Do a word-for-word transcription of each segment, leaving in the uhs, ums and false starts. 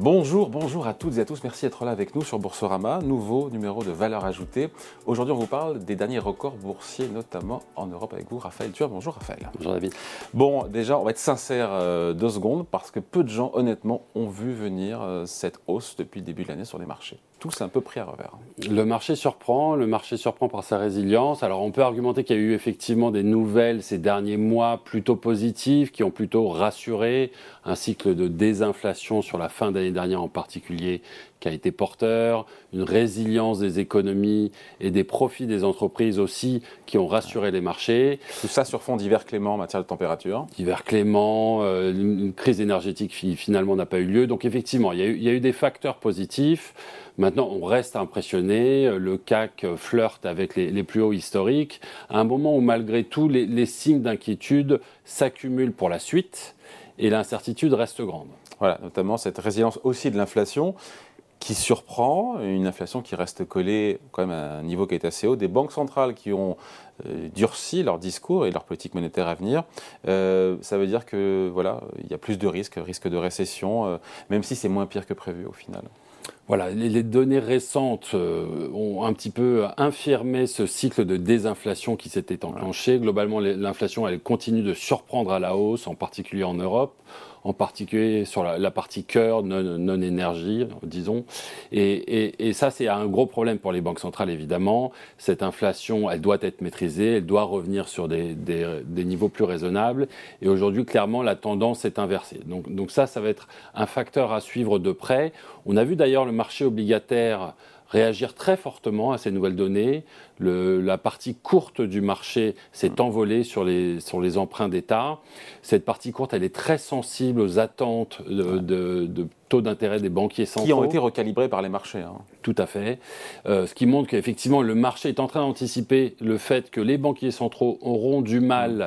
Bonjour, bonjour à toutes et à tous, merci d'être là avec nous sur Boursorama, nouveau numéro de Valeurs Ajoutées. Aujourd'hui on vous parle des derniers records boursiers, notamment en Europe avec vous, Raphaël Thuor. Bonjour Raphaël. Bonjour David. Bon, déjà on va être sincère euh, deux secondes, parce que peu de gens honnêtement ont vu venir euh, cette hausse depuis le début de l'année sur les marchés. Tous un peu pris à revers. Le marché surprend, le marché surprend par sa résilience. Alors on peut argumenter qu'il y a eu effectivement des nouvelles ces derniers mois plutôt positives, qui ont plutôt rassuré, un cycle de désinflation sur la fin d'année dernière en particulier qui a été porteur, une résilience des économies et des profits des entreprises aussi qui ont rassuré les marchés. Tout ça sur fond d'hiver clément en matière de température. Hiver clément, euh, une crise énergétique finalement n'a pas eu lieu. Donc effectivement, il y a eu, il y a eu des facteurs positifs. Maintenant, on reste impressionné. Le C A C flirte avec les, les plus hauts historiques. À un moment où, malgré tout, les, les signes d'inquiétude s'accumulent pour la suite et l'incertitude reste grande. Voilà, notamment cette résilience aussi de l'inflation qui surprend, une inflation qui reste collée quand même à un niveau qui est assez haut, des banques centrales qui ont euh, durci leur discours et leur politique monétaire à venir. Euh, ça veut dire que voilà, il y a plus de risques, risque de récession, euh, même si c'est moins pire que prévu au final. Voilà, les données récentes euh, ont un petit peu infirmé ce cycle de désinflation qui s'était enclenché. Globalement, l'inflation, elle continue de surprendre à la hausse, en particulier en Europe, en particulier sur la, la partie cœur, non, non énergie, disons. Et, et, et ça, c'est un gros problème pour les banques centrales, évidemment. Cette inflation, elle doit être maîtrisée, elle doit revenir sur des, des, des niveaux plus raisonnables. Et aujourd'hui, clairement, la tendance est inversée. Donc, donc ça, ça va être un facteur à suivre de près. On a vu d'ailleurs le marché obligataire réagir très fortement à ces nouvelles données. Le, la partie courte du marché s'est envolée sur les, sur les emprunts d'État. Cette partie courte, elle est très sensible aux attentes de, de, de taux d'intérêt des banquiers centraux. Qui ont été recalibrés par les marchés. Hein. Tout à fait. Euh, ce qui montre qu'effectivement, le marché est en train d'anticiper le fait que les banquiers centraux auront du mal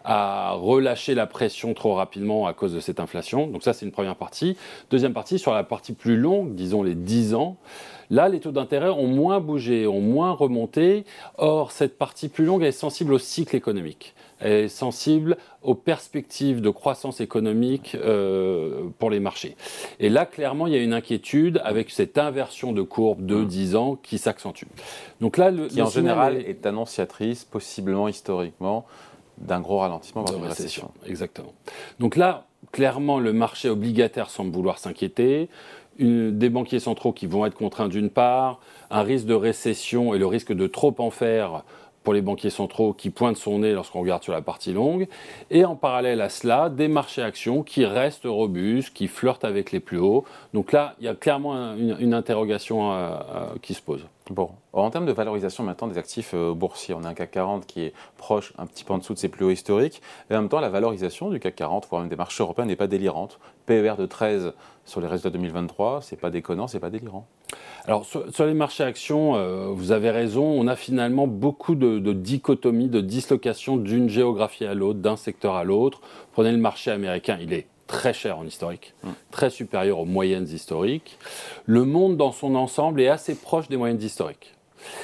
à relâcher la pression trop rapidement à cause de cette inflation. Donc ça, c'est une première partie. Deuxième partie, sur la partie plus longue, disons les dix ans, là, les taux d'intérêt ont moins bougé, ont moins remonté. Or, cette partie plus longue, elle est sensible au cycle économique. Elle est sensible aux perspectives de croissance économique euh, pour les marchés. Et là, clairement, il y a une inquiétude avec cette inversion de courbe de dix ans qui s'accentue. Donc là, le, qui le en général est... est annonciatrice, possiblement historiquement, d'un gros ralentissement, voire d'une récession. Exactement. Donc là, clairement, le marché obligataire semble vouloir s'inquiéter. Une, des banquiers centraux qui vont être contraints d'une part, un risque de récession et le risque de trop en faire pour les banquiers centraux qui pointent son nez lorsqu'on regarde sur la partie longue, et en parallèle à cela, des marchés actions qui restent robustes, qui flirtent avec les plus hauts. Donc là, il y a clairement un, une, une interrogation euh, euh, qui se pose. Bon, en termes de valorisation maintenant des actifs euh, boursiers, on a un C A C quarante qui est proche, un petit peu en dessous de ses plus hauts historiques, et en même temps la valorisation du C A C quarante, voire même des marchés européens, n'est pas délirante. P E R de treize sur les résultats deux mille vingt-trois, c'est pas déconnant, c'est pas délirant. Alors sur, sur les marchés actions, euh, vous avez raison, on a finalement beaucoup de, de dichotomies, de dislocations d'une géographie à l'autre, d'un secteur à l'autre. Prenez le marché américain, il est très cher en historique, mmh. très supérieur aux moyennes historiques. Le monde dans son ensemble est assez proche des moyennes historiques.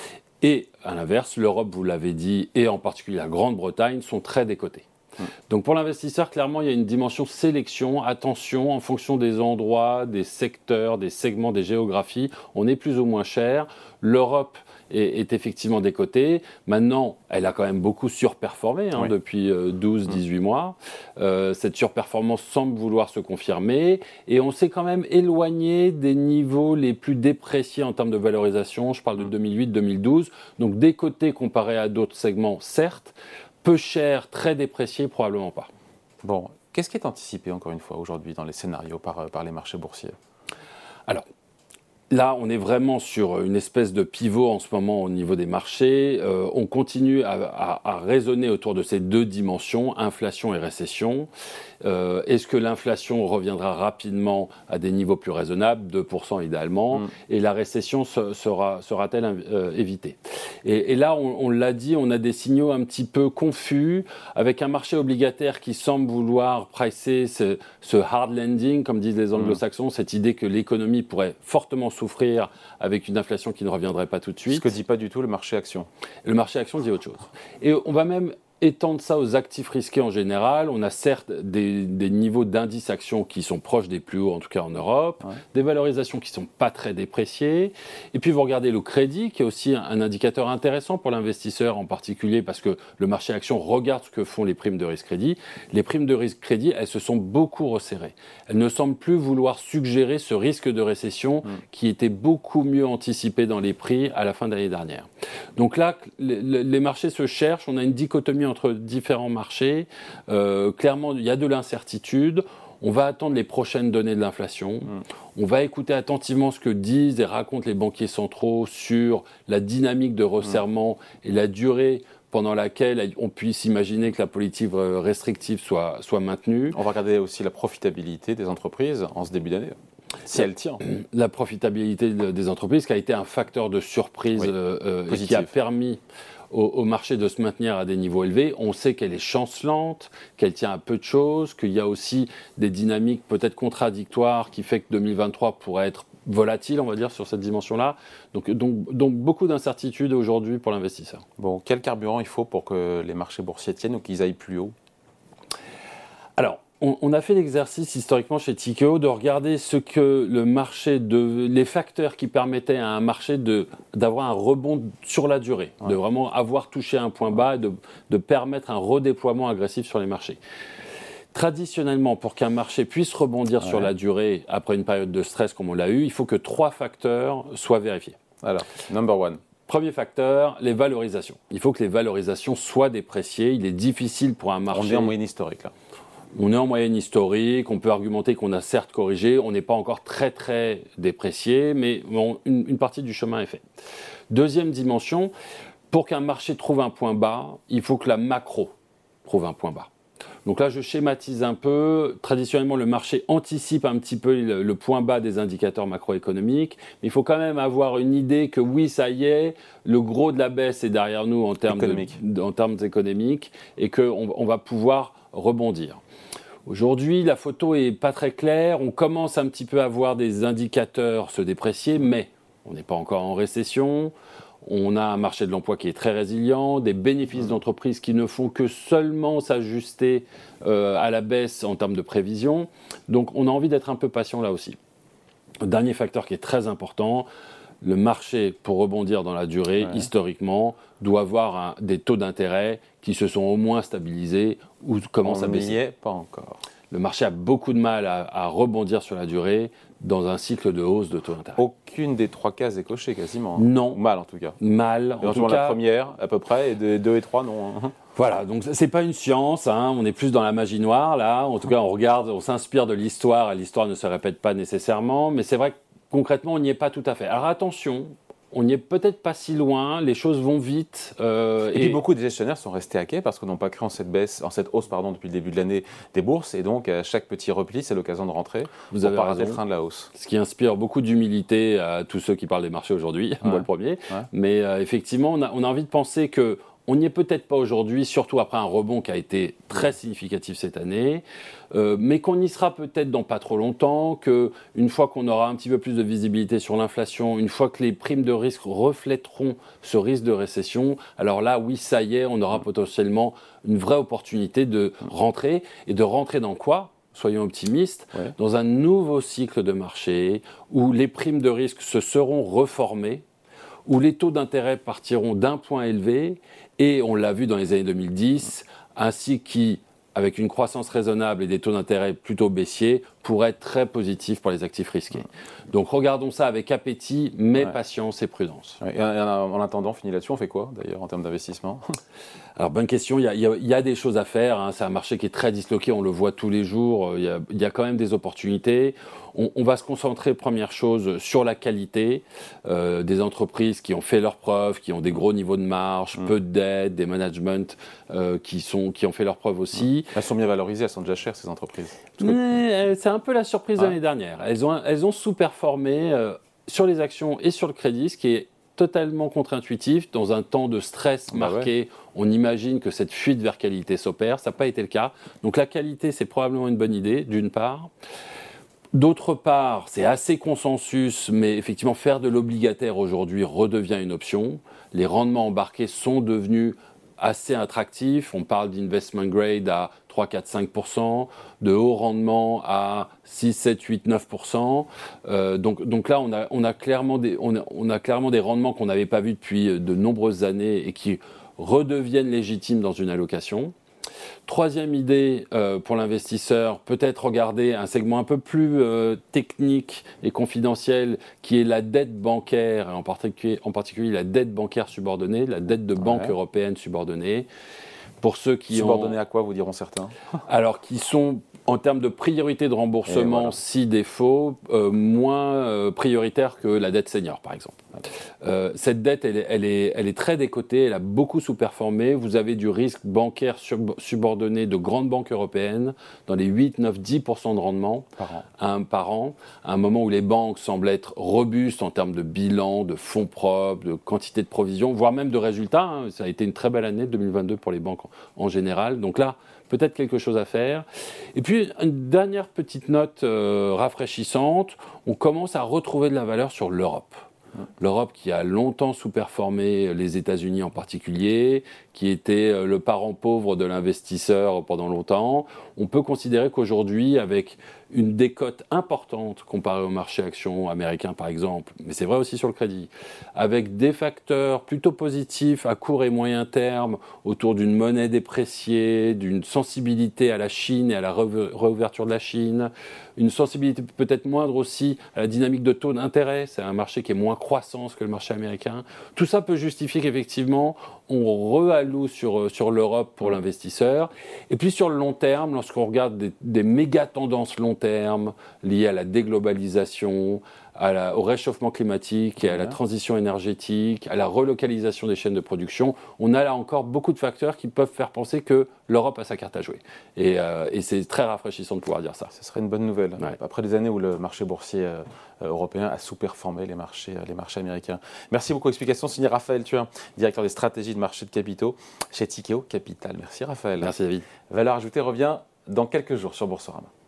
Et à l'inverse, l'Europe, vous l'avez dit, et en particulier la Grande-Bretagne, sont très décotées. Mmh. Donc pour l'investisseur, clairement, il y a une dimension sélection, attention, en fonction des endroits, des secteurs, des segments, des géographies, on est plus ou moins cher. L'Europe est, est effectivement décotée. Maintenant, elle a quand même beaucoup surperformé hein, oui. depuis euh, douze à dix-huit mmh. mois. Euh, cette surperformance semble vouloir se confirmer et on s'est quand même éloigné des niveaux les plus dépréciés en termes de valorisation. Je parle de deux mille huit deux mille douze. Donc décoté comparé à d'autres segments, certes. Peu cher, très déprécié, probablement pas. Bon, qu'est-ce qui est anticipé encore une fois aujourd'hui dans les scénarios par, par les marchés boursiers ? Alors, là, on est vraiment sur une espèce de pivot en ce moment au niveau des marchés. Euh, on continue à, à, à raisonner autour de ces deux dimensions, inflation et récession. Euh, est-ce que l'inflation reviendra rapidement à des niveaux plus raisonnables, deux pour cent idéalement, mmh. et la récession se, sera, sera-t-elle euh, évitée ? et, et là, on, on l'a dit, on a des signaux un petit peu confus, avec un marché obligataire qui semble vouloir pricer ce, ce hard landing, comme disent les anglo-saxons, mmh. cette idée que l'économie pourrait fortement souffrir avec une inflation qui ne reviendrait pas tout de suite. Ce que dit pas du tout le marché action. Le marché action dit autre chose. Et on va même étendre ça aux actifs risqués en général, on a certes des, des niveaux d'indices actions qui sont proches des plus hauts, en tout cas en Europe, ouais. des valorisations qui ne sont pas très dépréciées. Et puis vous regardez le crédit, qui est aussi un, un indicateur intéressant pour l'investisseur en particulier, parce que le marché actions regarde ce que font les primes de risque crédit. Les primes de risque crédit, elles se sont beaucoup resserrées. Elles ne semblent plus vouloir suggérer ce risque de récession mmh. qui était beaucoup mieux anticipé dans les prix à la fin de l'année dernière. Donc là, les, les marchés se cherchent, on a une dichotomie entre différents marchés. Euh, clairement, il y a de l'incertitude. On va attendre les prochaines données de l'inflation. Mmh. On va écouter attentivement ce que disent et racontent les banquiers centraux sur la dynamique de resserrement mmh. et la durée pendant laquelle on puisse imaginer que la politique restrictive soit, soit maintenue. On va regarder aussi la profitabilité des entreprises en ce début d'année. Si elle tient. La profitabilité des entreprises qui a été un facteur de surprise oui. euh, et qui a permis au, au marché de se maintenir à des niveaux élevés. On sait qu'elle est chancelante, qu'elle tient à peu de choses, qu'il y a aussi des dynamiques peut-être contradictoires qui fait que deux mille vingt-trois pourrait être volatile, on va dire, sur cette dimension-là. Donc, donc, donc beaucoup d'incertitudes aujourd'hui pour l'investisseur. Bon, quel carburant il faut pour que les marchés boursiers tiennent ou qu'ils aillent plus haut ? Alors, On, on a fait l'exercice historiquement chez Tikehau de regarder ce que le marché, de, les facteurs qui permettaient à un marché de, d'avoir un rebond sur la durée, ouais. de vraiment avoir touché un point bas et de, de permettre un redéploiement agressif sur les marchés. Traditionnellement, pour qu'un marché puisse rebondir ouais. sur la durée après une période de stress comme on l'a eu, il faut que trois facteurs soient vérifiés. Alors, number one. Premier facteur, les valorisations. Il faut que les valorisations soient dépréciées. Il est difficile pour un marché... On est en moyenne historique là. On est en moyenne historique, on peut argumenter qu'on a certes corrigé, on n'est pas encore très très déprécié, mais bon, une, une partie du chemin est fait. Deuxième dimension, pour qu'un marché trouve un point bas, il faut que la macro trouve un point bas. Donc là, je schématise un peu. Traditionnellement, le marché anticipe un petit peu le, le point bas des indicateurs macroéconomiques, mais il faut quand même avoir une idée que oui, ça y est, le gros de la baisse est derrière nous en termes, de, en termes économiques et qu'on on va pouvoir rebondir. Aujourd'hui, la photo est pas très claire. On commence un petit peu à voir des indicateurs se déprécier, mais on n'est pas encore en récession. On a un marché de l'emploi qui est très résilient, des bénéfices d'entreprise qui ne font que seulement s'ajuster euh, à la baisse en termes de prévision. Donc, on a envie d'être un peu patient là aussi. Dernier facteur qui est très important, le marché, pour rebondir dans la durée, ouais. historiquement, doit avoir un, des taux d'intérêt qui se sont au moins stabilisés ou commencent on à baisser. On n'y est pas encore. Le marché a beaucoup de mal à, à rebondir sur la durée dans un cycle de hausse de taux d'intérêt. Aucune des trois cases est cochée quasiment. Hein. Non. Mal en tout cas. Mal. En tout cas, la première à peu près, et de, deux et trois non. Hein. Voilà, donc c'est pas une science, hein, on est plus dans la magie noire là. En tout cas, on regarde, on s'inspire de l'histoire et l'histoire ne se répète pas nécessairement, mais c'est vrai que concrètement, on n'y est pas tout à fait. Alors attention, on n'y est peut-être pas si loin, les choses vont vite. Euh, et, et puis beaucoup de gestionnaires sont restés à quai parce qu'ils n'ont pas cru en cette baisse, en cette hausse pardon, depuis le début de l'année des bourses. Et donc, à chaque petit repli, c'est l'occasion de rentrer. Vous pour avez pas raison. rater le train de la hausse. Ce qui inspire beaucoup d'humilité à tous ceux qui parlent des marchés aujourd'hui, ouais. moi le premier. Ouais. Mais euh, effectivement, on a, on a envie de penser que on n'y est peut-être pas aujourd'hui, surtout après un rebond qui a été très significatif cette année, euh, mais qu'on y sera peut-être dans pas trop longtemps, qu'une fois qu'on aura un petit peu plus de visibilité sur l'inflation, une fois que les primes de risque reflèteront ce risque de récession, alors là, oui, ça y est, on aura potentiellement une vraie opportunité de rentrer. Et de rentrer dans quoi ? Soyons optimistes, ouais. dans un nouveau cycle de marché où les primes de risque se seront reformées, où les taux d'intérêt partiront d'un point élevé, et on l'a vu dans les années deux mille dix, un cycle qui, avec une croissance raisonnable et des taux d'intérêt plutôt baissiers, pourrait être très positif pour les actifs risqués. Donc regardons ça avec appétit, mais ouais. patience et prudence. Ouais. Et en attendant, fini là-dessus, on fait quoi d'ailleurs en termes d'investissement ? Alors bonne question, il y a, il y a, il y a des choses à faire, hein. C'est un marché qui est très disloqué, on le voit tous les jours, il y a, il y a quand même des opportunités. On, on va se concentrer, première chose, sur la qualité euh, des entreprises qui ont fait leurs preuves, qui ont des gros niveaux de marge, mmh. peu de dettes, des managements euh, qui, sont, qui ont fait leurs preuves aussi. Elles sont bien valorisées, elles sont déjà chères ces entreprises. Mais, c'est un peu la surprise de ouais. l'année dernière. Elles ont, elles ont sous-performé euh, sur les actions et sur le crédit, ce qui est totalement contre-intuitif. Dans un temps de stress marqué, bah ouais. on imagine que cette fuite vers qualité s'opère. Ça n'a pas été le cas. Donc la qualité, c'est probablement une bonne idée, d'une part. D'autre part, c'est assez consensus, mais effectivement, faire de l'obligataire aujourd'hui redevient une option. Les rendements embarqués sont devenus assez attractifs. On parle d'investment grade à trois, quatre, cinq pour cent, de haut rendement à six, sept, huit, neuf pour cent. Euh, donc, donc là, on a, on, a clairement des, on, a, on a clairement des rendements qu'on n'avait pas vus depuis de nombreuses années et qui redeviennent légitimes dans une allocation. Troisième idée euh, pour l'investisseur, peut-être regarder un segment un peu plus euh, technique et confidentiel qui est la dette bancaire, et en particulier, en particulier la dette bancaire subordonnée, la dette de banque Ouais. européenne subordonnée. Pour ceux qui Subordonnés ont... à quoi, vous diront certains? Alors, qui sont, en termes de priorité de remboursement, voilà. si défaut, euh, moins euh, prioritaires que la dette senior, par exemple. Euh, cette dette, elle est, elle, est, elle est très décotée, elle a beaucoup sous-performé. Vous avez du risque bancaire sub- subordonné de grandes banques européennes dans les huit, neuf, dix pour cent de rendement par an. Un, par an, à un moment où les banques semblent être robustes en termes de bilan, de fonds propres, de quantité de provisions, voire même de résultats. Hein. Ça a été une très belle année deux mille vingt-deux pour les banques en, en général. Donc là, peut-être quelque chose à faire. Et puis, une dernière petite note euh, rafraîchissante, on commence à retrouver de la valeur sur l'Europe. L'Europe qui a longtemps sous-performé les États-Unis en particulier, qui était le parent pauvre de l'investisseur pendant longtemps. On peut considérer qu'aujourd'hui, avec une décote importante comparée au marché actions américain par exemple, mais c'est vrai aussi sur le crédit, avec des facteurs plutôt positifs à court et moyen terme autour d'une monnaie dépréciée, d'une sensibilité à la Chine et à la réouverture de la Chine, une sensibilité peut-être moindre aussi à la dynamique de taux d'intérêt, c'est un marché qui est moins croissant que le marché américain. Tout ça peut justifier qu'effectivement, on réalloue sur, sur l'Europe pour l'investisseur. Et puis sur le long terme, lorsqu'on regarde des, des méga tendances long terme liées à la déglobalisation, à la, au réchauffement climatique et à la transition énergétique, à la relocalisation des chaînes de production, on a là encore beaucoup de facteurs qui peuvent faire penser que l'Europe a sa carte à jouer. Et, euh, et c'est très rafraîchissant de pouvoir dire ça. Ce serait une bonne nouvelle. Ouais. Après des années où le marché boursier euh, européen a sous-performé les marchés, les marchés américains. Merci beaucoup. Explication signée Raphaël Thuin, directeur des stratégies de marché de capitaux chez Tikeo Capital. Merci Raphaël. Merci David. Valeur ajoutée revient dans quelques jours sur Boursorama.